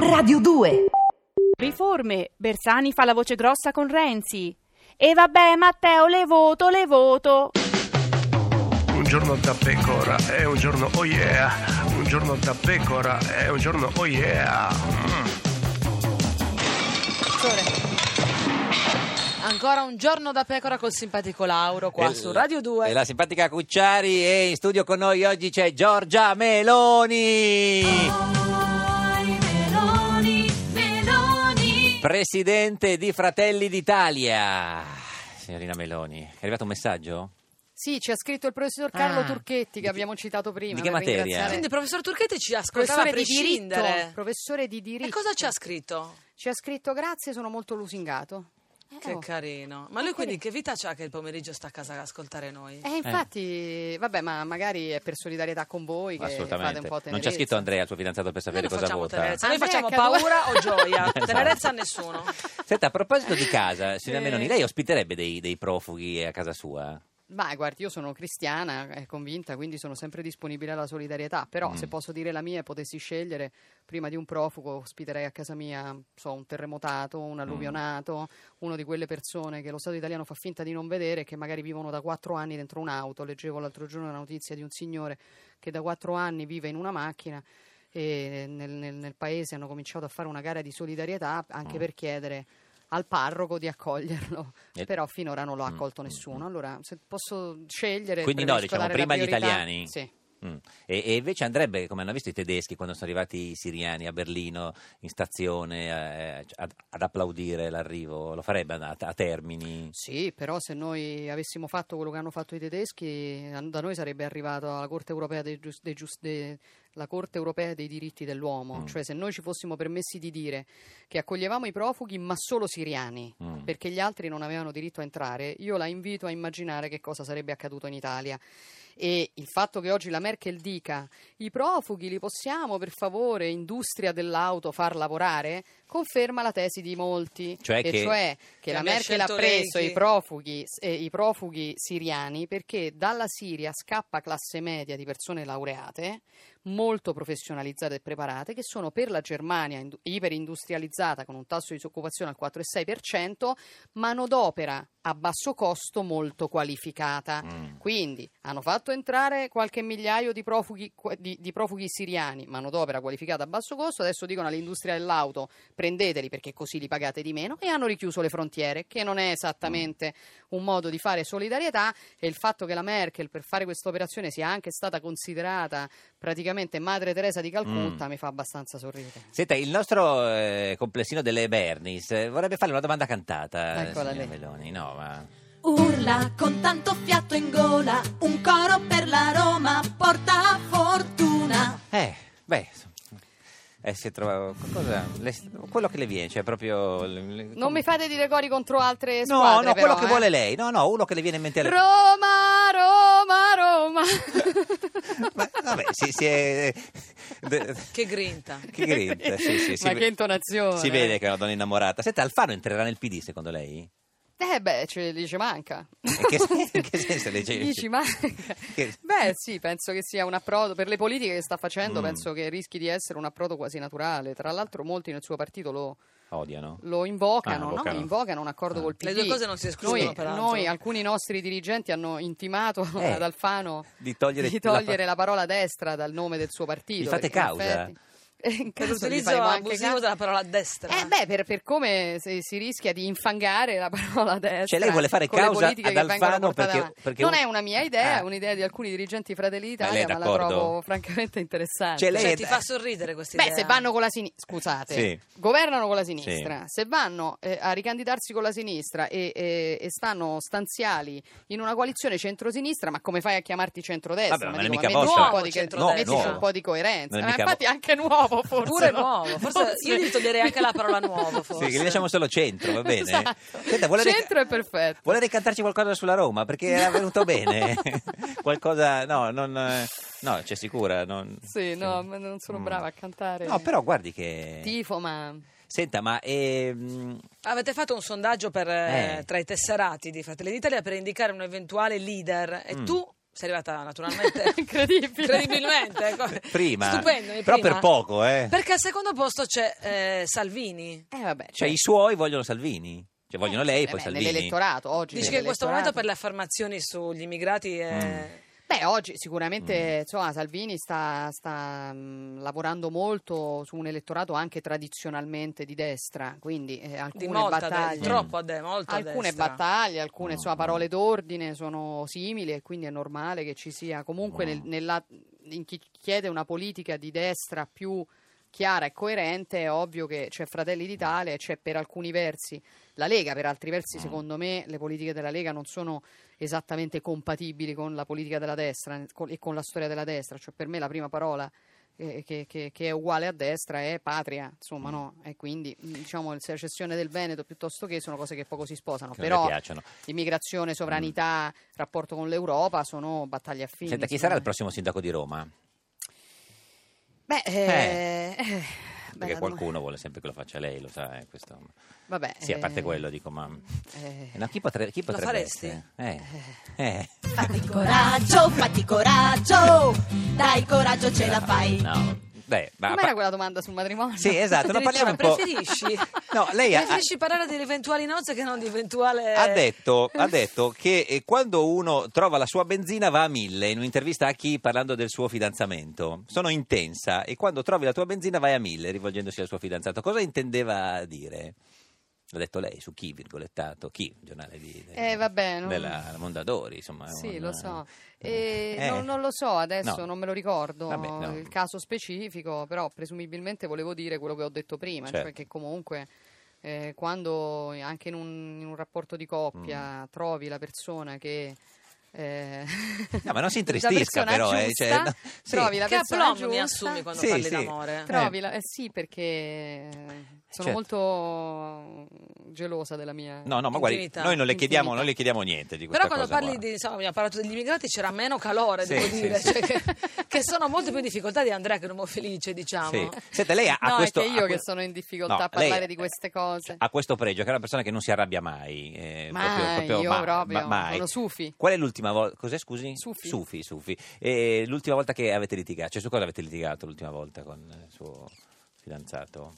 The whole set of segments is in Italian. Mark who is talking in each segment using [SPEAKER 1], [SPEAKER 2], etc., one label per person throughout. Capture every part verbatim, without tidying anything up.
[SPEAKER 1] Radio due.
[SPEAKER 2] Riforme. Bersani fa la voce grossa con Renzi. E vabbè, Matteo, le voto, le voto.
[SPEAKER 3] Un giorno da pecora è un giorno oh yeah. Un giorno da pecora è un giorno oh yeah. Mm.
[SPEAKER 4] Ancora un giorno da pecora col simpatico Lauro qua
[SPEAKER 5] E-
[SPEAKER 4] su Radio due.
[SPEAKER 5] E la simpatica Cucciari, e in studio con noi oggi c'è Giorgia Meloni,
[SPEAKER 6] Meloni, Meloni.
[SPEAKER 5] presidente di Fratelli d'Italia. Signorina Meloni, è arrivato un messaggio?
[SPEAKER 7] Sì, ci ha scritto il professor Carlo
[SPEAKER 5] Ah.
[SPEAKER 7] Turchetti che abbiamo citato prima.
[SPEAKER 5] di che
[SPEAKER 7] per
[SPEAKER 5] materia?
[SPEAKER 7] ringraziare-
[SPEAKER 4] Quindi il professor Turchetti ci ascoltava a
[SPEAKER 7] Professore di diritto,
[SPEAKER 4] prescindere.
[SPEAKER 7] professore di diritto.
[SPEAKER 4] E cosa ci ha scritto?
[SPEAKER 7] Ci ha scritto: grazie, sono molto lusingato.
[SPEAKER 4] Che
[SPEAKER 7] Oh.
[SPEAKER 4] carino. Ma lui quindi che vita c'ha che il pomeriggio sta a casa ad ascoltare noi?
[SPEAKER 7] Eh, infatti, vabbè, ma magari è per solidarietà con voi che fate
[SPEAKER 5] Assolutamente.
[SPEAKER 7] un po' tenerezza.
[SPEAKER 5] Non c'è scritto Andrea, il suo fidanzato, per
[SPEAKER 4] Noi
[SPEAKER 5] sapere
[SPEAKER 4] non
[SPEAKER 5] cosa
[SPEAKER 4] facciamo
[SPEAKER 5] vota.
[SPEAKER 4] tenerezza, noi
[SPEAKER 7] Andrea
[SPEAKER 4] facciamo
[SPEAKER 7] Cadua-
[SPEAKER 4] paura o gioia.
[SPEAKER 5] Esatto.
[SPEAKER 4] Tenerezza a nessuno.
[SPEAKER 5] Senta, a proposito di casa, signora Meloni, lei ospiterebbe dei, dei profughi a casa sua?
[SPEAKER 7] Ma guardi, io sono cristiana, è convinta, quindi sono sempre disponibile alla solidarietà, però
[SPEAKER 5] Mm.
[SPEAKER 7] se posso dire la mia e potessi scegliere, prima di un profugo ospiterei a casa mia, so, un terremotato, un alluvionato, uno di quelle persone che lo Stato italiano fa finta di non vedere e che magari vivono da quattro anni dentro un'auto. Leggevo l'altro giorno una notizia di un signore che da quattro anni vive in una macchina e nel, nel- nel paese hanno cominciato a fare una gara di solidarietà anche per chiedere al parroco di accoglierlo,
[SPEAKER 5] E-
[SPEAKER 7] però finora non l'ha
[SPEAKER 5] Mm,
[SPEAKER 7] accolto
[SPEAKER 5] mm,
[SPEAKER 7] nessuno. Allora, se posso scegliere,
[SPEAKER 5] Quindi no,
[SPEAKER 7] preferisco
[SPEAKER 5] diciamo,
[SPEAKER 7] dare la
[SPEAKER 5] prima gli
[SPEAKER 7] priorità-
[SPEAKER 5] italiani?
[SPEAKER 7] Sì.
[SPEAKER 5] Mm. E, e invece andrebbe, come hanno visto i tedeschi quando sono arrivati i siriani a Berlino in stazione eh, ad, ad applaudire l'arrivo, lo farebbe a, a Termini?
[SPEAKER 7] Sì, però se noi avessimo fatto quello che hanno fatto i tedeschi, a- da noi sarebbe arrivato alla Corte Europea dei, gius- dei gius- de- la Corte Europea dei diritti dell'uomo.
[SPEAKER 5] Mm.
[SPEAKER 7] Cioè, se noi ci fossimo permessi di dire che accoglievamo i profughi ma solo siriani,
[SPEAKER 5] Mm.
[SPEAKER 7] perché gli altri non avevano diritto a entrare, io la invito a immaginare che cosa sarebbe accaduto in Italia. E il fatto che oggi la Merkel dica i profughi li possiamo per favore, industria dell'auto, far lavorare, conferma la tesi di molti,
[SPEAKER 5] Cioè
[SPEAKER 7] e
[SPEAKER 5] che-
[SPEAKER 7] cioè che,
[SPEAKER 4] che
[SPEAKER 7] la
[SPEAKER 4] abbia
[SPEAKER 7] Merkel ha
[SPEAKER 4] scelto lei
[SPEAKER 7] preso
[SPEAKER 4] chi-
[SPEAKER 7] i profughi, eh, i profughi siriani perché dalla Siria scappa classe media di persone laureate molto professionalizzate e preparate, che sono per la Germania indu- iperindustrializzata con un tasso di disoccupazione al quattro virgola sei per cento, manodopera a basso costo molto qualificata.
[SPEAKER 5] Mm.
[SPEAKER 7] Quindi hanno fatto entrare qualche migliaio di profughi, qua- di, di profughi siriani, manodopera qualificata a basso costo, adesso dicono all'industria dell'auto prendeteli perché così li pagate di meno, e hanno richiuso le frontiere, che non è esattamente un modo di fare solidarietà. E il fatto che la Merkel per fare questa operazione sia anche stata considerata praticamente Madre Teresa di Calcutta
[SPEAKER 5] Mm.
[SPEAKER 7] mi fa abbastanza sorridere.
[SPEAKER 5] Senta, il nostro eh, complessino delle Bernis eh, vorrebbe fare una domanda cantata,
[SPEAKER 7] Eccola
[SPEAKER 5] signora
[SPEAKER 7] lì.
[SPEAKER 5] Meloni, no, ma...
[SPEAKER 6] Urla con tanto fiato in gola, un coro per la Roma porta fortuna.
[SPEAKER 5] Eh, beh... Eh, si trova qualcosa, le- quello che le viene, cioè proprio... le- le-
[SPEAKER 7] Non mi fate dire cori contro altre
[SPEAKER 5] No,
[SPEAKER 7] squadre,
[SPEAKER 5] no, quello
[SPEAKER 7] però,
[SPEAKER 5] che
[SPEAKER 7] eh.
[SPEAKER 5] vuole lei, no, no, uno che le viene in mente... alle-
[SPEAKER 7] Roma, Roma, Roma.
[SPEAKER 5] Ma, vabbè, si, si è... de-
[SPEAKER 4] Che grinta.
[SPEAKER 5] Che grinta, sì, sì, si
[SPEAKER 7] Ma
[SPEAKER 5] ve-
[SPEAKER 7] che intonazione.
[SPEAKER 5] Si vede che è una donna innamorata. Senta, Alfano entrerà nel P D secondo lei?
[SPEAKER 7] Eh beh, ce, gli ci manca.
[SPEAKER 5] In che, in che senso le dice?
[SPEAKER 7] Gli ci manca.
[SPEAKER 5] Che-
[SPEAKER 7] Beh sì, penso che sia un approdo, per le politiche che sta facendo,
[SPEAKER 5] Mm.
[SPEAKER 7] penso che rischi di essere un approdo quasi naturale. Tra l'altro molti nel suo partito lo,
[SPEAKER 5] Odiano.
[SPEAKER 7] lo invocano,
[SPEAKER 5] Ah,
[SPEAKER 7] no?
[SPEAKER 5] invocano.
[SPEAKER 7] invocano un accordo
[SPEAKER 5] Ah.
[SPEAKER 7] col P D.
[SPEAKER 4] Le due cose non si escludono,
[SPEAKER 7] Noi,
[SPEAKER 4] peraltro.
[SPEAKER 7] noi, alcuni nostri dirigenti hanno intimato
[SPEAKER 5] Eh,
[SPEAKER 7] ad Alfano
[SPEAKER 5] di togliere
[SPEAKER 7] di
[SPEAKER 5] la-
[SPEAKER 7] togliere la, parola destra dal nome del suo partito.
[SPEAKER 5] Mi fate
[SPEAKER 7] perché in
[SPEAKER 5] causa?
[SPEAKER 7] effetti- eh, in
[SPEAKER 4] Per
[SPEAKER 7] caso gli
[SPEAKER 4] l'utilizzo
[SPEAKER 7] faremo anche
[SPEAKER 4] abusivo
[SPEAKER 7] caso.
[SPEAKER 4] della parola destra.
[SPEAKER 7] Eh beh, per, per come si, si rischia di infangare la parola destra.
[SPEAKER 5] Cioè, lei vuole fare
[SPEAKER 7] con le
[SPEAKER 5] causa
[SPEAKER 7] politiche
[SPEAKER 5] ad
[SPEAKER 7] che vengono
[SPEAKER 5] Alfano
[SPEAKER 7] portate
[SPEAKER 5] perché-
[SPEAKER 7] avanti.
[SPEAKER 5] perché
[SPEAKER 7] non
[SPEAKER 5] un-
[SPEAKER 7] è una mia idea,
[SPEAKER 5] Ah.
[SPEAKER 7] è un'idea di alcuni dirigenti di Fratelli
[SPEAKER 5] Ma lei
[SPEAKER 7] d'Italia,
[SPEAKER 5] è
[SPEAKER 7] ma, la
[SPEAKER 5] d'accordo?
[SPEAKER 7] trovo francamente interessante.
[SPEAKER 5] Cioè, lei
[SPEAKER 4] Cioè,
[SPEAKER 5] è-
[SPEAKER 4] ti fa sorridere questa
[SPEAKER 7] Beh,
[SPEAKER 4] idea.
[SPEAKER 7] se vanno con la sinistra, scusate,
[SPEAKER 5] Sì.
[SPEAKER 7] governano con la sinistra, se vanno eh, a ricandidarsi con la sinistra e, e- e stanno stanziali in una coalizione centrosinistra, ma come fai a chiamarti centrodestra?
[SPEAKER 5] Vabbè, ma
[SPEAKER 7] Ma
[SPEAKER 5] non è
[SPEAKER 7] dico,
[SPEAKER 5] mica
[SPEAKER 7] metti
[SPEAKER 5] vostra.
[SPEAKER 7] un po' di,
[SPEAKER 4] Centrodestra.
[SPEAKER 7] mettici
[SPEAKER 5] No,
[SPEAKER 7] un
[SPEAKER 5] nuovo.
[SPEAKER 7] po' di coerenza.
[SPEAKER 5] Non è
[SPEAKER 7] Ma
[SPEAKER 5] mica
[SPEAKER 7] infatti anche nuovo, forse.
[SPEAKER 4] Pure
[SPEAKER 7] no?
[SPEAKER 4] nuovo. Forse io gli toglierei anche la parola nuovo, forse.
[SPEAKER 5] Sì, che gli lasciamo solo centro, va bene?
[SPEAKER 7] Esatto.
[SPEAKER 5] Senta, vuole ric-
[SPEAKER 7] Centro è perfetto.
[SPEAKER 5] Vuole ricantarci qualcosa sulla Roma? Perché era venuto bene. Qualcosa... No, non... eh, No, c'è sicura. Non...
[SPEAKER 7] Sì, no, ma non sono
[SPEAKER 5] Mm.
[SPEAKER 7] brava a cantare.
[SPEAKER 5] No, però guardi che...
[SPEAKER 7] Tifo, ma...
[SPEAKER 5] Senta, ma... ehm,
[SPEAKER 4] Avete fatto un sondaggio per, eh,
[SPEAKER 5] Eh.
[SPEAKER 4] tra i tesserati di Fratelli d'Italia per indicare un eventuale leader e
[SPEAKER 5] Mm.
[SPEAKER 4] tu Sei arrivata naturalmente
[SPEAKER 7] Incredibile.
[SPEAKER 4] incredibilmente ecco.
[SPEAKER 5] Prima,
[SPEAKER 4] Stupendo,
[SPEAKER 5] però
[SPEAKER 4] prima.
[SPEAKER 5] per poco, eh.
[SPEAKER 4] Perché al secondo posto c'è eh, Salvini.
[SPEAKER 7] Eh, vabbè,
[SPEAKER 5] Cioè i suoi vogliono Salvini, cioè vogliono lei e
[SPEAKER 7] eh,
[SPEAKER 5] poi
[SPEAKER 7] beh,
[SPEAKER 5] Salvini.
[SPEAKER 7] nell'elettorato oggi.
[SPEAKER 4] Dici che in questo momento per
[SPEAKER 7] nell'elettorato-
[SPEAKER 4] le affermazioni sugli immigrati è...
[SPEAKER 5] Mm.
[SPEAKER 7] Beh, oggi sicuramente insomma, Salvini sta, sta mh, lavorando molto su un elettorato anche tradizionalmente di destra, quindi eh,
[SPEAKER 4] di
[SPEAKER 7] alcune
[SPEAKER 4] molta de-
[SPEAKER 7] battaglie,
[SPEAKER 4] troppo a de- molto a
[SPEAKER 7] alcune
[SPEAKER 4] destra.
[SPEAKER 7] battaglie, alcune insomma, parole d'ordine sono simili e quindi è normale che ci sia comunque nel- nella, in chi chiede una politica di destra più chiara e coerente. È ovvio che c'è Fratelli d'Italia e c'è per alcuni versi la Lega, per altri versi secondo me le politiche della Lega non sono esattamente compatibili con la politica della destra e con la storia della destra, cioè per me la prima parola eh, che, che- che è uguale a destra è patria, insomma, no? E quindi diciamo la secessione del Veneto piuttosto che sono cose che poco si sposano,
[SPEAKER 5] Che non le
[SPEAKER 7] però
[SPEAKER 5] piacciono.
[SPEAKER 7] immigrazione, sovranità, rapporto con l'Europa sono battaglie affini.
[SPEAKER 5] Senta, chi sarà il prossimo sindaco di Roma?
[SPEAKER 7] Beh, eh, eh,
[SPEAKER 5] Perché
[SPEAKER 7] bella
[SPEAKER 5] qualcuno vuole sempre che lo faccia lei, lo sa, eh, questo.
[SPEAKER 7] domanda. Vabbè,
[SPEAKER 5] Sì, a parte
[SPEAKER 7] eh,
[SPEAKER 5] quello, dico, ma...
[SPEAKER 7] eh,
[SPEAKER 5] No, chi, potre- chi potrebbe
[SPEAKER 4] faresti?
[SPEAKER 5] essere? Eh, eh.
[SPEAKER 6] Fatti coraggio, fatti coraggio, dai coraggio ce la fai.
[SPEAKER 5] No, beh, ma...
[SPEAKER 7] com'era
[SPEAKER 5] pa-
[SPEAKER 7] quella domanda sul matrimonio?
[SPEAKER 5] Sì, esatto, ma parliamo un po'...
[SPEAKER 4] Preferisci?
[SPEAKER 5] No, lei ha,
[SPEAKER 4] Preferisci parlare di eventuali nozze che non di eventuale...
[SPEAKER 5] ha detto, ha detto che eh, quando uno trova la sua benzina va a mille, in un'intervista a chi parlando del suo fidanzamento. Sono intensa e quando trovi la tua benzina vai a mille, rivolgendosi al suo fidanzato. Cosa intendeva dire? L'ha detto lei, su chi, virgolettato, chi? Il giornale di, del-
[SPEAKER 7] Eh, vabbè, non-
[SPEAKER 5] della Mondadori, insomma.
[SPEAKER 7] Sì,
[SPEAKER 5] un-
[SPEAKER 7] lo so.
[SPEAKER 5] eh,
[SPEAKER 7] Eh, non, non lo so adesso,
[SPEAKER 5] no.
[SPEAKER 7] non me lo ricordo
[SPEAKER 5] Vabbè, no.
[SPEAKER 7] il caso specifico, però presumibilmente volevo dire quello che ho detto prima,
[SPEAKER 5] Certo.
[SPEAKER 7] cioè che comunque eh, quando anche in un, in un rapporto di coppia
[SPEAKER 5] Mm.
[SPEAKER 7] trovi la persona che... eh,
[SPEAKER 5] No, ma non si
[SPEAKER 7] la
[SPEAKER 5] intristisca
[SPEAKER 7] persona
[SPEAKER 5] però, eh,
[SPEAKER 7] giusta,
[SPEAKER 5] cioè, no, sì.
[SPEAKER 7] trovi la
[SPEAKER 4] Che
[SPEAKER 7] persona
[SPEAKER 4] aplomb mi
[SPEAKER 7] giusta,
[SPEAKER 4] assumi quando
[SPEAKER 5] Sì,
[SPEAKER 4] parli
[SPEAKER 5] sì.
[SPEAKER 4] d'amore?
[SPEAKER 7] trovi la- eh, sì, perché sono
[SPEAKER 5] Certo.
[SPEAKER 7] molto gelosa della mia
[SPEAKER 5] No, no, ma guardi,
[SPEAKER 4] Intimità.
[SPEAKER 5] noi non le chiediamo,
[SPEAKER 7] Intimità.
[SPEAKER 5] non le chiediamo niente di questa
[SPEAKER 4] Però quando
[SPEAKER 5] cosa
[SPEAKER 4] parli
[SPEAKER 5] qua.
[SPEAKER 4] di, insomma, abbiamo parlato degli immigrati c'era meno calore,
[SPEAKER 5] Sì,
[SPEAKER 4] devo
[SPEAKER 5] sì,
[SPEAKER 4] dire,
[SPEAKER 5] sì.
[SPEAKER 4] cioè che, che sono molto più in difficoltà di Andrea che è un uomo felice, diciamo.
[SPEAKER 5] Sì. Senta, lei ha, ha
[SPEAKER 7] No,
[SPEAKER 5] questo...
[SPEAKER 7] è che
[SPEAKER 5] ha
[SPEAKER 7] io
[SPEAKER 5] que-
[SPEAKER 7] che sono in difficoltà
[SPEAKER 5] No,
[SPEAKER 7] a parlare
[SPEAKER 5] lei-
[SPEAKER 7] di queste cose.
[SPEAKER 5] ha questo pregio, che è una persona che non si arrabbia mai. eh,
[SPEAKER 7] Mai, io
[SPEAKER 5] ma-
[SPEAKER 7] proprio,
[SPEAKER 5] ma- mai.
[SPEAKER 7] sono sufi.
[SPEAKER 5] Qual è l'ultima volta? Cos'è, scusi?
[SPEAKER 7] Sufi.
[SPEAKER 5] Sufi, sufi. E l'ultima volta che avete litigato? Cioè, su cosa avete litigato l'ultima volta con il suo fidanzato?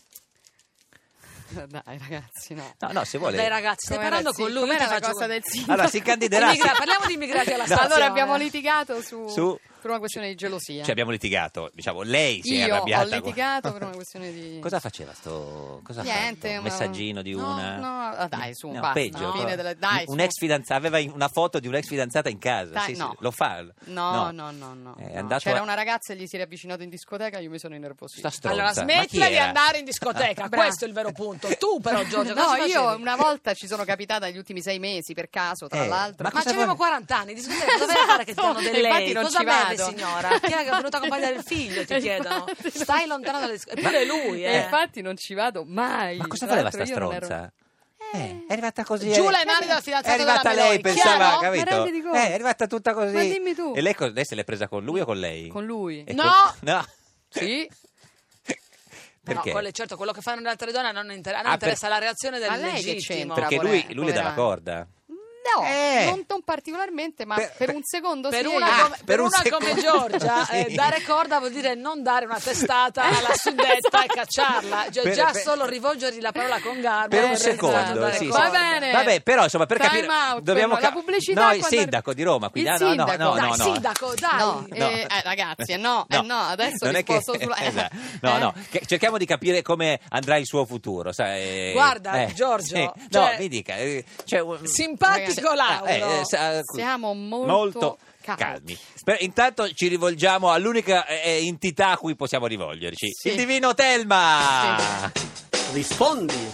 [SPEAKER 7] Dai ragazzi, no.
[SPEAKER 5] No, no, se vuole...
[SPEAKER 4] Dai ragazzi, stai
[SPEAKER 7] Com'era
[SPEAKER 4] parlando
[SPEAKER 7] il
[SPEAKER 4] con
[SPEAKER 7] sì-
[SPEAKER 4] lui, io ti
[SPEAKER 7] com'era la
[SPEAKER 4] faccio...
[SPEAKER 7] cosa del sindaco?
[SPEAKER 5] Allora, si candiderà...
[SPEAKER 4] Immigra- parliamo di immigrati alla
[SPEAKER 5] No.
[SPEAKER 4] stazione.
[SPEAKER 7] Allora abbiamo litigato su,
[SPEAKER 5] Su-
[SPEAKER 7] per una questione di gelosia.
[SPEAKER 5] Cioè, abbiamo litigato, diciamo, lei si è
[SPEAKER 7] Io ho
[SPEAKER 5] arrabbiata.
[SPEAKER 7] litigato per una questione di...
[SPEAKER 5] Cosa faceva sto... Cosa ha
[SPEAKER 7] Niente,
[SPEAKER 5] fatto? Un
[SPEAKER 7] ma-
[SPEAKER 5] messaggino di
[SPEAKER 7] no,
[SPEAKER 5] una...
[SPEAKER 7] no, ah, dai, su,
[SPEAKER 5] No,
[SPEAKER 7] basta,
[SPEAKER 5] peggio.
[SPEAKER 7] fine
[SPEAKER 5] co-
[SPEAKER 7] delle- dai,
[SPEAKER 5] un
[SPEAKER 7] su.
[SPEAKER 5] ex fidanzato, aveva in- una foto di un'ex fidanzata in casa.
[SPEAKER 7] Dai,
[SPEAKER 5] sì, sì,
[SPEAKER 7] no.
[SPEAKER 5] lo fa.
[SPEAKER 7] No, no, no, no.
[SPEAKER 5] È
[SPEAKER 7] no.
[SPEAKER 5] andato
[SPEAKER 7] C'era
[SPEAKER 5] a-
[SPEAKER 7] una ragazza e gli si era avvicinato in discoteca, io mi sono innervosito.
[SPEAKER 5] Sta stronza.
[SPEAKER 4] Allora
[SPEAKER 5] Ma chi
[SPEAKER 4] smettila di
[SPEAKER 5] era?
[SPEAKER 4] andare in discoteca,
[SPEAKER 7] Brava.
[SPEAKER 4] questo è il vero punto. Tu però Giorgio,
[SPEAKER 7] No,
[SPEAKER 4] cosa
[SPEAKER 7] io
[SPEAKER 4] facevi?
[SPEAKER 7] una volta ci sono capitata negli ultimi sei mesi per caso, tra
[SPEAKER 5] Eh,
[SPEAKER 7] l'altro.
[SPEAKER 5] ma
[SPEAKER 4] Ma
[SPEAKER 5] cosa
[SPEAKER 4] c'avevo
[SPEAKER 5] vuole?
[SPEAKER 4] quaranta anni, discoteca, cosa vai a fare che ti danno
[SPEAKER 7] Infatti
[SPEAKER 4] del lei?
[SPEAKER 7] non
[SPEAKER 4] Cosa
[SPEAKER 7] ci
[SPEAKER 4] beve
[SPEAKER 7] vado.
[SPEAKER 4] signora? Chi è che è venuto a accompagnare il figlio, ti chiedono. Stai lontano dalle discoteche. Eppure lui,
[SPEAKER 7] E
[SPEAKER 4] eh.
[SPEAKER 7] infatti non ci vado mai.
[SPEAKER 5] Ma cosa
[SPEAKER 7] Tra
[SPEAKER 5] voleva
[SPEAKER 7] l'altro
[SPEAKER 5] sta
[SPEAKER 7] io non ero-
[SPEAKER 5] stronza? Eh, è arrivata così.
[SPEAKER 4] Giù
[SPEAKER 5] eh.
[SPEAKER 4] le mani della
[SPEAKER 5] È
[SPEAKER 4] fidanzata
[SPEAKER 5] arrivata
[SPEAKER 4] della
[SPEAKER 5] lei,
[SPEAKER 4] Meloni,
[SPEAKER 5] pensava,
[SPEAKER 4] chiaro?
[SPEAKER 5] capito?
[SPEAKER 7] Ma rendi conto?
[SPEAKER 5] Eh, è arrivata tutta così.
[SPEAKER 7] Ma dimmi tu.
[SPEAKER 5] E lei, co- lei se l'è presa con lui o con lei?
[SPEAKER 7] Con lui.
[SPEAKER 5] E
[SPEAKER 4] No!
[SPEAKER 5] con- No!
[SPEAKER 7] Sì.
[SPEAKER 5] Perché?
[SPEAKER 4] No, quelle, certo, quello che fanno le altre donne non inter- a noi
[SPEAKER 5] Ah,
[SPEAKER 4] interessa la reazione del
[SPEAKER 7] Ma lei che
[SPEAKER 4] legittimo.
[SPEAKER 7] c'entra?
[SPEAKER 5] Perché lui, lui le dava
[SPEAKER 7] poverano.
[SPEAKER 5] corda.
[SPEAKER 7] No,
[SPEAKER 5] Eh.
[SPEAKER 7] non, non particolarmente, ma
[SPEAKER 5] Per-
[SPEAKER 7] per,
[SPEAKER 5] per-
[SPEAKER 7] un secondo
[SPEAKER 4] Per
[SPEAKER 7] sì.
[SPEAKER 4] una,
[SPEAKER 5] Ah,
[SPEAKER 4] come,
[SPEAKER 5] per
[SPEAKER 4] per
[SPEAKER 5] un
[SPEAKER 4] una
[SPEAKER 5] secondo.
[SPEAKER 4] come Giorgia, eh,
[SPEAKER 5] Sì.
[SPEAKER 4] dare corda vuol dire non dare una testata alla suddetta e cacciarla. Cioè,
[SPEAKER 5] Per-
[SPEAKER 4] già
[SPEAKER 5] per-
[SPEAKER 4] solo rivolgergli la parola con garbo.
[SPEAKER 5] Per un
[SPEAKER 4] è
[SPEAKER 5] secondo,
[SPEAKER 4] dare
[SPEAKER 5] sì,
[SPEAKER 4] corda.
[SPEAKER 5] sì.
[SPEAKER 7] Va bene.
[SPEAKER 5] Vabbè, però insomma, per
[SPEAKER 7] Time
[SPEAKER 5] capire
[SPEAKER 7] out,
[SPEAKER 5] dobbiamo
[SPEAKER 7] però, la
[SPEAKER 5] ca-
[SPEAKER 7] pubblicità
[SPEAKER 5] No, il
[SPEAKER 7] quando-
[SPEAKER 5] sindaco di Roma, quindi
[SPEAKER 7] Il
[SPEAKER 5] ah, no, no,
[SPEAKER 7] sindaco.
[SPEAKER 5] no,
[SPEAKER 4] Dai,
[SPEAKER 5] no, no.
[SPEAKER 4] sindaco, dai.
[SPEAKER 7] No,
[SPEAKER 5] No.
[SPEAKER 7] eh, eh, ragazzi, eh, no, eh, no, adesso
[SPEAKER 5] non è che-
[SPEAKER 7] risposto sulla...
[SPEAKER 5] esatto. No,
[SPEAKER 7] Eh?
[SPEAKER 5] no, che- cerchiamo di capire come andrà il suo futuro. Sai, eh,
[SPEAKER 4] Guarda,
[SPEAKER 5] eh,
[SPEAKER 4] Giorgio,
[SPEAKER 5] sì. No,
[SPEAKER 4] cioè-
[SPEAKER 5] mi dica. eh, c'è un-
[SPEAKER 4] Simpatico Lauro.
[SPEAKER 5] Eh, eh, sa-
[SPEAKER 7] Siamo molto
[SPEAKER 5] calmi.
[SPEAKER 7] calmi.
[SPEAKER 5] Sper- intanto ci rivolgiamo all'unica eh, entità a cui possiamo rivolgerci,
[SPEAKER 7] Sì.
[SPEAKER 5] il divino Telma.
[SPEAKER 1] Rispondi,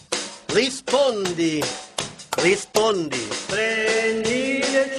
[SPEAKER 1] rispondi, rispondi. Prendi il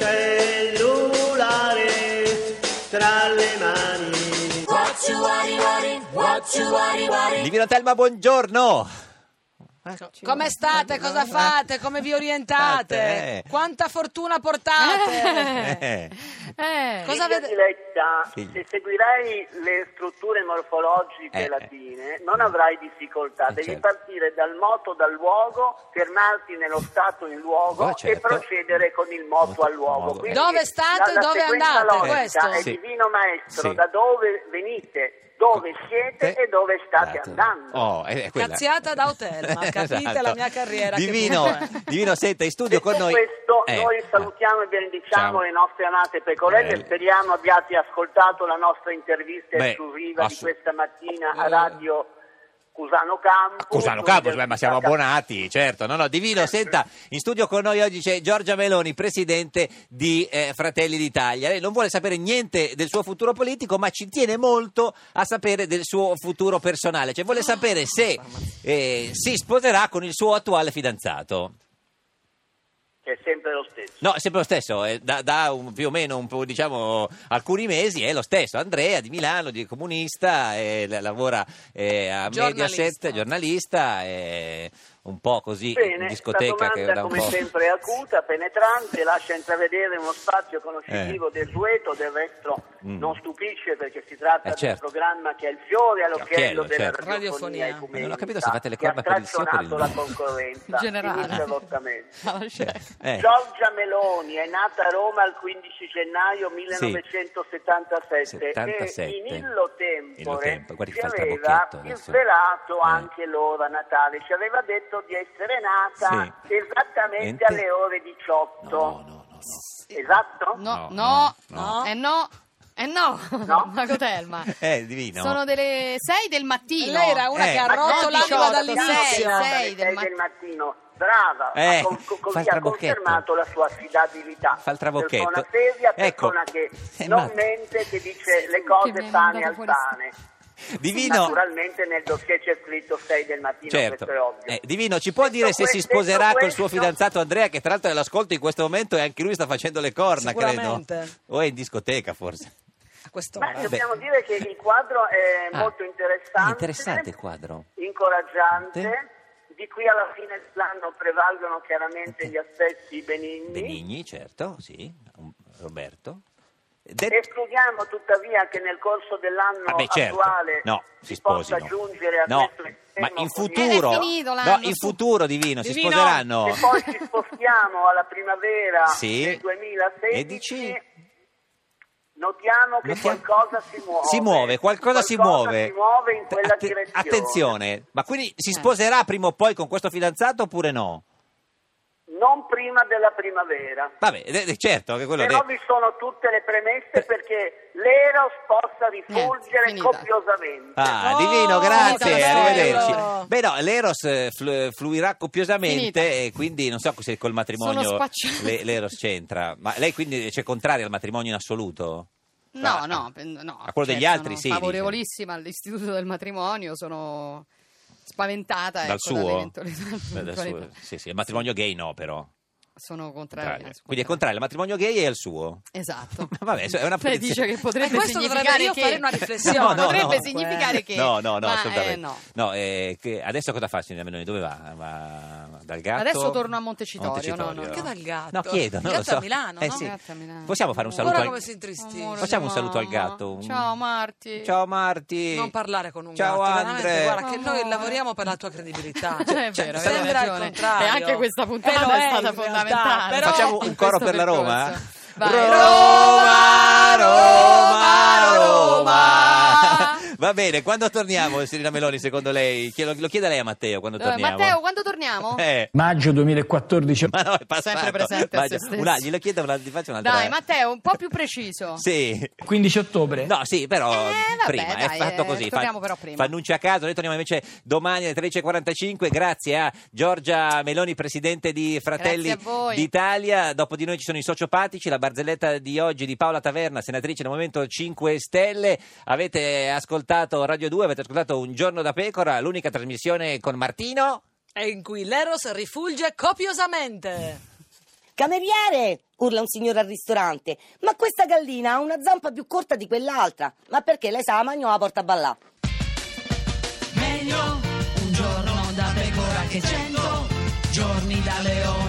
[SPEAKER 1] cellulare tra le mani.
[SPEAKER 5] Divino Telma, buongiorno.
[SPEAKER 4] Come state? Cosa fate? Come vi orientate?
[SPEAKER 5] Eh.
[SPEAKER 4] Quanta fortuna portate?
[SPEAKER 5] Eh.
[SPEAKER 7] Eh,
[SPEAKER 4] Cosa
[SPEAKER 1] Figlia
[SPEAKER 4] avete?
[SPEAKER 1] Diletta,
[SPEAKER 5] Figlia.
[SPEAKER 1] se seguirai le strutture morfologiche
[SPEAKER 5] Eh,
[SPEAKER 1] latine non avrai difficoltà,
[SPEAKER 5] Eh,
[SPEAKER 1] devi
[SPEAKER 5] certo.
[SPEAKER 1] partire dal moto dal luogo, fermarti nello stato in luogo
[SPEAKER 5] Oh, certo.
[SPEAKER 1] e procedere con il moto
[SPEAKER 5] Moto-
[SPEAKER 1] al luogo.
[SPEAKER 5] moto.
[SPEAKER 1] Quindi
[SPEAKER 4] Dove state
[SPEAKER 1] la-
[SPEAKER 4] e
[SPEAKER 1] la
[SPEAKER 4] dove
[SPEAKER 1] sequenza
[SPEAKER 4] andate?
[SPEAKER 1] logica
[SPEAKER 4] Questo?
[SPEAKER 1] è
[SPEAKER 5] Sì.
[SPEAKER 1] Divino Maestro,
[SPEAKER 5] Sì.
[SPEAKER 1] da dove venite, dove siete e dove state
[SPEAKER 5] Esatto.
[SPEAKER 1] andando.
[SPEAKER 5] Oh, è quella.
[SPEAKER 4] Cazziata da hotel, ma capite
[SPEAKER 5] Esatto.
[SPEAKER 4] la mia carriera. che
[SPEAKER 5] Divino,
[SPEAKER 4] punto è?
[SPEAKER 5] Divino, senta, in studio con
[SPEAKER 1] Detto
[SPEAKER 5] noi.
[SPEAKER 1] questo,
[SPEAKER 5] Eh,
[SPEAKER 1] noi salutiamo e benediciamo
[SPEAKER 5] Ciao.
[SPEAKER 1] le nostre amate pecorelle
[SPEAKER 5] Eh.
[SPEAKER 1] e speriamo abbiate ascoltato la nostra intervista
[SPEAKER 5] Beh,
[SPEAKER 1] esclusiva
[SPEAKER 5] assu-
[SPEAKER 1] di questa mattina a
[SPEAKER 4] Eh.
[SPEAKER 1] Radio Cusano Campus.
[SPEAKER 5] Cusano Campus, beh, ma siamo
[SPEAKER 1] Università
[SPEAKER 5] abbonati, certo. No, no, Divino, senta, in studio con noi oggi c'è Giorgia Meloni, presidente di eh, Fratelli d'Italia. Lei non vuole sapere niente del suo futuro politico, ma ci tiene molto a sapere del suo futuro personale. Cioè, vuole sapere se eh, si sposerà con il suo attuale fidanzato.
[SPEAKER 1] Che è sempre lo stesso.
[SPEAKER 5] No, è sempre lo stesso, eh, da, da un- più o meno un po', diciamo, alcuni mesi è lo stesso. Andrea di Milano, di comunista, eh, la- lavora eh, a
[SPEAKER 4] Giornalista.
[SPEAKER 5] Mediaset, giornalista, eh, un po' così
[SPEAKER 1] Bene,
[SPEAKER 5] in discoteca
[SPEAKER 1] la
[SPEAKER 5] che
[SPEAKER 1] domanda
[SPEAKER 5] da un
[SPEAKER 1] come
[SPEAKER 5] po'.
[SPEAKER 1] sempre è acuta, penetrante, lascia intravedere uno spazio conoscitivo
[SPEAKER 5] Eh.
[SPEAKER 1] desueto, del resto
[SPEAKER 5] Mm.
[SPEAKER 1] non stupisce perché si tratta
[SPEAKER 5] Eh, certo.
[SPEAKER 1] di un programma che è il fiore all'occhiello
[SPEAKER 5] Occhiello,
[SPEAKER 1] della
[SPEAKER 5] certo.
[SPEAKER 1] radiofonia
[SPEAKER 4] Radiofonia.
[SPEAKER 1] ecumenica,
[SPEAKER 5] Non ho capito se fate le
[SPEAKER 1] che ha
[SPEAKER 5] corna per il sì o per il
[SPEAKER 1] strazionato
[SPEAKER 5] no.
[SPEAKER 1] la concorrenza
[SPEAKER 7] Generale.
[SPEAKER 1] ininterrottamente.
[SPEAKER 7] alla scena.
[SPEAKER 5] Eh,
[SPEAKER 1] Giorgia Meloni è nata a Roma il quindici gennaio millenovecentosettantasette
[SPEAKER 5] settantasette.
[SPEAKER 1] e in illo tempore
[SPEAKER 5] Illo tempore, guardi
[SPEAKER 1] ci
[SPEAKER 5] che fa il
[SPEAKER 1] aveva
[SPEAKER 5] trabocchetto adesso.
[SPEAKER 1] svelato
[SPEAKER 5] Eh.
[SPEAKER 1] anche l'ora natale, ci aveva detto di essere nata
[SPEAKER 5] Sì.
[SPEAKER 1] esattamente
[SPEAKER 5] Mente?
[SPEAKER 1] alle ore diciotto.
[SPEAKER 5] no, no, no, no.
[SPEAKER 1] Esatto?
[SPEAKER 7] No,
[SPEAKER 5] No,
[SPEAKER 7] no,
[SPEAKER 4] no.
[SPEAKER 7] eh no, eh no,
[SPEAKER 1] No?
[SPEAKER 7] Mago Telma.
[SPEAKER 5] Eh, Divino.
[SPEAKER 7] Sono delle sei del mattino.
[SPEAKER 4] Lei era una
[SPEAKER 5] Eh.
[SPEAKER 4] che ha
[SPEAKER 1] Ma
[SPEAKER 4] rotto
[SPEAKER 1] no,
[SPEAKER 4] l'anima
[SPEAKER 1] diciotto,
[SPEAKER 4] dall'inizio.
[SPEAKER 1] no,
[SPEAKER 7] sei
[SPEAKER 1] alle
[SPEAKER 7] del
[SPEAKER 1] sei
[SPEAKER 7] mat-
[SPEAKER 1] del mattino. Brava,
[SPEAKER 5] Eh,
[SPEAKER 1] ha con-
[SPEAKER 5] fa
[SPEAKER 1] così
[SPEAKER 5] il
[SPEAKER 1] ha
[SPEAKER 5] trabocchetto.
[SPEAKER 1] confermato la sua affidabilità.
[SPEAKER 5] Fa il trabocchetto.
[SPEAKER 1] Persona seria,
[SPEAKER 5] Ecco.
[SPEAKER 1] persona che
[SPEAKER 5] Eh,
[SPEAKER 1] non
[SPEAKER 5] ma-
[SPEAKER 1] mente, che dice le
[SPEAKER 7] Che
[SPEAKER 1] cose
[SPEAKER 7] mi hai
[SPEAKER 1] sane
[SPEAKER 7] mandato
[SPEAKER 1] al
[SPEAKER 7] fuori
[SPEAKER 1] pane.
[SPEAKER 5] Divino,
[SPEAKER 1] Naturalmente nel dossier c'è scritto sei del mattino,
[SPEAKER 5] certo.
[SPEAKER 1] questo è ovvio.
[SPEAKER 5] Eh, Divino, ci può
[SPEAKER 1] Detto
[SPEAKER 5] dire se
[SPEAKER 1] que-
[SPEAKER 5] si sposerà
[SPEAKER 1] detto
[SPEAKER 5] col suo
[SPEAKER 1] questo-
[SPEAKER 5] fidanzato Andrea, che tra l'altro è all'ascolto in questo momento e anche lui sta facendo le corna, credo.
[SPEAKER 4] Sicuramente.
[SPEAKER 5] O è in discoteca, forse.
[SPEAKER 4] A quest'ora.
[SPEAKER 1] Ma dobbiamo dire che il quadro è
[SPEAKER 5] Ah,
[SPEAKER 1] molto interessante,
[SPEAKER 5] è interessante il quadro.
[SPEAKER 1] incoraggiante.
[SPEAKER 5] Sì.
[SPEAKER 1] Di qui alla fine dell'anno prevalgono chiaramente gli aspetti benigni.
[SPEAKER 5] Benigni, certo, sì. Un- Roberto. Det-
[SPEAKER 1] Escludiamo tuttavia che nel corso dell'anno
[SPEAKER 5] Ah, beh, certo.
[SPEAKER 1] attuale
[SPEAKER 5] No, si
[SPEAKER 1] si possa
[SPEAKER 5] sposino.
[SPEAKER 1] giungere a
[SPEAKER 5] No,
[SPEAKER 1] questo
[SPEAKER 5] ma
[SPEAKER 1] estremo
[SPEAKER 5] in
[SPEAKER 1] così.
[SPEAKER 5] futuro,
[SPEAKER 7] Eh, è finito
[SPEAKER 5] no,
[SPEAKER 7] l'anno,
[SPEAKER 5] in
[SPEAKER 7] su.
[SPEAKER 5] futuro, Divino, si
[SPEAKER 4] Divino.
[SPEAKER 5] sposeranno.
[SPEAKER 1] Se poi ci spostiamo alla primavera
[SPEAKER 5] Sì.
[SPEAKER 1] del duemilasedici,
[SPEAKER 5] sedici.
[SPEAKER 1] notiamo che
[SPEAKER 5] Notiamo-
[SPEAKER 1] qualcosa si muove.
[SPEAKER 5] Si muove, qualcosa si muove.
[SPEAKER 1] si muove in quella
[SPEAKER 5] Atte-
[SPEAKER 1] direzione.
[SPEAKER 5] Attenzione, ma quindi si
[SPEAKER 7] Eh.
[SPEAKER 5] sposerà prima o poi con questo fidanzato oppure no?
[SPEAKER 1] Non prima della primavera.
[SPEAKER 5] Vabbè, eh, eh, certo che quello
[SPEAKER 1] Però
[SPEAKER 5] de-
[SPEAKER 1] vi sono tutte le premesse perché l'Eros possa rifulgere
[SPEAKER 7] finita.
[SPEAKER 1] copiosamente.
[SPEAKER 5] Ah,
[SPEAKER 4] Oh,
[SPEAKER 5] Divino, grazie,
[SPEAKER 4] finita,
[SPEAKER 5] arrivederci.
[SPEAKER 4] bello.
[SPEAKER 5] Beh no, l'Eros eh, flu- fluirà copiosamente
[SPEAKER 7] Finita.
[SPEAKER 5] e quindi non so se col matrimonio
[SPEAKER 7] Sono spacciati.
[SPEAKER 5] le- l'Eros c'entra. Ma lei quindi c'è contraria al matrimonio in assoluto?
[SPEAKER 7] No,
[SPEAKER 5] Ah,
[SPEAKER 7] no, pe- no.
[SPEAKER 5] a quello degli
[SPEAKER 7] Cioè,
[SPEAKER 5] altri,
[SPEAKER 7] sono
[SPEAKER 5] sì, dice.
[SPEAKER 7] favorevolissima all'istituto del matrimonio, sono spaventata
[SPEAKER 5] Dal
[SPEAKER 7] ecco,
[SPEAKER 5] suo?
[SPEAKER 7] dalle eventuali-
[SPEAKER 5] Beh, dal suo-
[SPEAKER 7] eventualità.
[SPEAKER 5] sì, sì, il matrimonio gay no però.
[SPEAKER 7] Sono contraria.
[SPEAKER 5] Contrario.
[SPEAKER 7] sono
[SPEAKER 5] Quindi è contrario al matrimonio gay e al suo.
[SPEAKER 7] Esatto.
[SPEAKER 5] Vabbè, è una
[SPEAKER 7] Lei
[SPEAKER 5] posizione-
[SPEAKER 7] dice che
[SPEAKER 4] E
[SPEAKER 7] potrebbe
[SPEAKER 4] questo dovrebbe
[SPEAKER 7] significare
[SPEAKER 4] io
[SPEAKER 7] che
[SPEAKER 4] fare una riflessione.
[SPEAKER 5] No, no,
[SPEAKER 7] potrebbe
[SPEAKER 5] no.
[SPEAKER 7] significare che
[SPEAKER 5] No, no, no,
[SPEAKER 7] ma,
[SPEAKER 5] assolutamente.
[SPEAKER 7] eh, no.
[SPEAKER 5] No, eh, che adesso cosa fa signora Meloni? Dove va? Va dal gatto?
[SPEAKER 7] Adesso torno a Montecitorio,
[SPEAKER 5] Montecitorio.
[SPEAKER 7] no, no,
[SPEAKER 4] Che dal gatto?
[SPEAKER 5] No, chiedo, non
[SPEAKER 4] Il
[SPEAKER 5] lo
[SPEAKER 4] gatto
[SPEAKER 5] so.
[SPEAKER 4] a Milano,
[SPEAKER 5] Eh
[SPEAKER 4] no?
[SPEAKER 5] sì.
[SPEAKER 7] Gatto a Milano.
[SPEAKER 5] Possiamo fare un saluto
[SPEAKER 4] Guarda
[SPEAKER 5] al
[SPEAKER 4] come si intristisce.
[SPEAKER 7] Amore
[SPEAKER 5] Facciamo un
[SPEAKER 7] di
[SPEAKER 5] saluto al
[SPEAKER 7] mamma.
[SPEAKER 5] gatto.
[SPEAKER 7] Ciao Marti.
[SPEAKER 5] Ciao Marti.
[SPEAKER 4] Non parlare con un
[SPEAKER 5] Ciao,
[SPEAKER 4] gatto,
[SPEAKER 5] Andre.
[SPEAKER 4] veramente, guarda che
[SPEAKER 7] Amore.
[SPEAKER 4] noi lavoriamo per la tua credibilità.
[SPEAKER 7] È vero,
[SPEAKER 5] Cioè,
[SPEAKER 7] hai
[SPEAKER 4] sembra il
[SPEAKER 7] ragione.
[SPEAKER 4] contrario.
[SPEAKER 7] E anche questa puntata
[SPEAKER 4] Eh, lo
[SPEAKER 7] è
[SPEAKER 4] è,
[SPEAKER 7] stata
[SPEAKER 4] in realtà,
[SPEAKER 7] fondamentale.
[SPEAKER 4] però-
[SPEAKER 5] Facciamo
[SPEAKER 7] in
[SPEAKER 5] un coro
[SPEAKER 7] questo
[SPEAKER 5] per la Roma?
[SPEAKER 7] percorso. Vai.
[SPEAKER 5] Roma, Roma,
[SPEAKER 7] Roma.
[SPEAKER 5] Roma. Va bene, quando torniamo, signorina Meloni, secondo lei? Chiedo- Lo chieda lei a Matteo quando
[SPEAKER 7] Eh,
[SPEAKER 5] torniamo.
[SPEAKER 7] Matteo, quando torniamo?
[SPEAKER 5] Eh.
[SPEAKER 8] Maggio duemilaquattordici.
[SPEAKER 5] Ma no, è passato.
[SPEAKER 7] Sempre presente a
[SPEAKER 5] Vai,
[SPEAKER 7] se stesso.
[SPEAKER 5] una- glielo chiedo, una, gli faccio un'altra.
[SPEAKER 7] Dai, Matteo, un po' più preciso.
[SPEAKER 5] Sì.
[SPEAKER 8] quindici ottobre.
[SPEAKER 5] No, sì, però
[SPEAKER 7] Eh, vabbè,
[SPEAKER 5] prima,
[SPEAKER 7] dai,
[SPEAKER 5] è fatto
[SPEAKER 7] eh,
[SPEAKER 5] così.
[SPEAKER 7] torniamo però prima.
[SPEAKER 5] Fa annunci a caso, noi torniamo invece domani alle tredici e quarantacinque. Grazie a Giorgia Meloni, presidente di Fratelli
[SPEAKER 7] Grazie a voi.
[SPEAKER 5] d'Italia. Dopo di noi ci sono i sociopatici, la barzelletta di oggi di Paola Taverna, senatrice del Movimento cinque Stelle. Avete ascoltato Radio due, avete ascoltato Un giorno da pecora, l'unica trasmissione con Martino.
[SPEAKER 4] E in cui l'Eros rifulge copiosamente.
[SPEAKER 9] Cameriere! Urla un signore al ristorante. Ma questa gallina ha una zampa più corta di quell'altra. Ma perché lei sa la magno la porta a ballà?
[SPEAKER 6] Meglio un giorno da pecora che anche cento giorni da leone.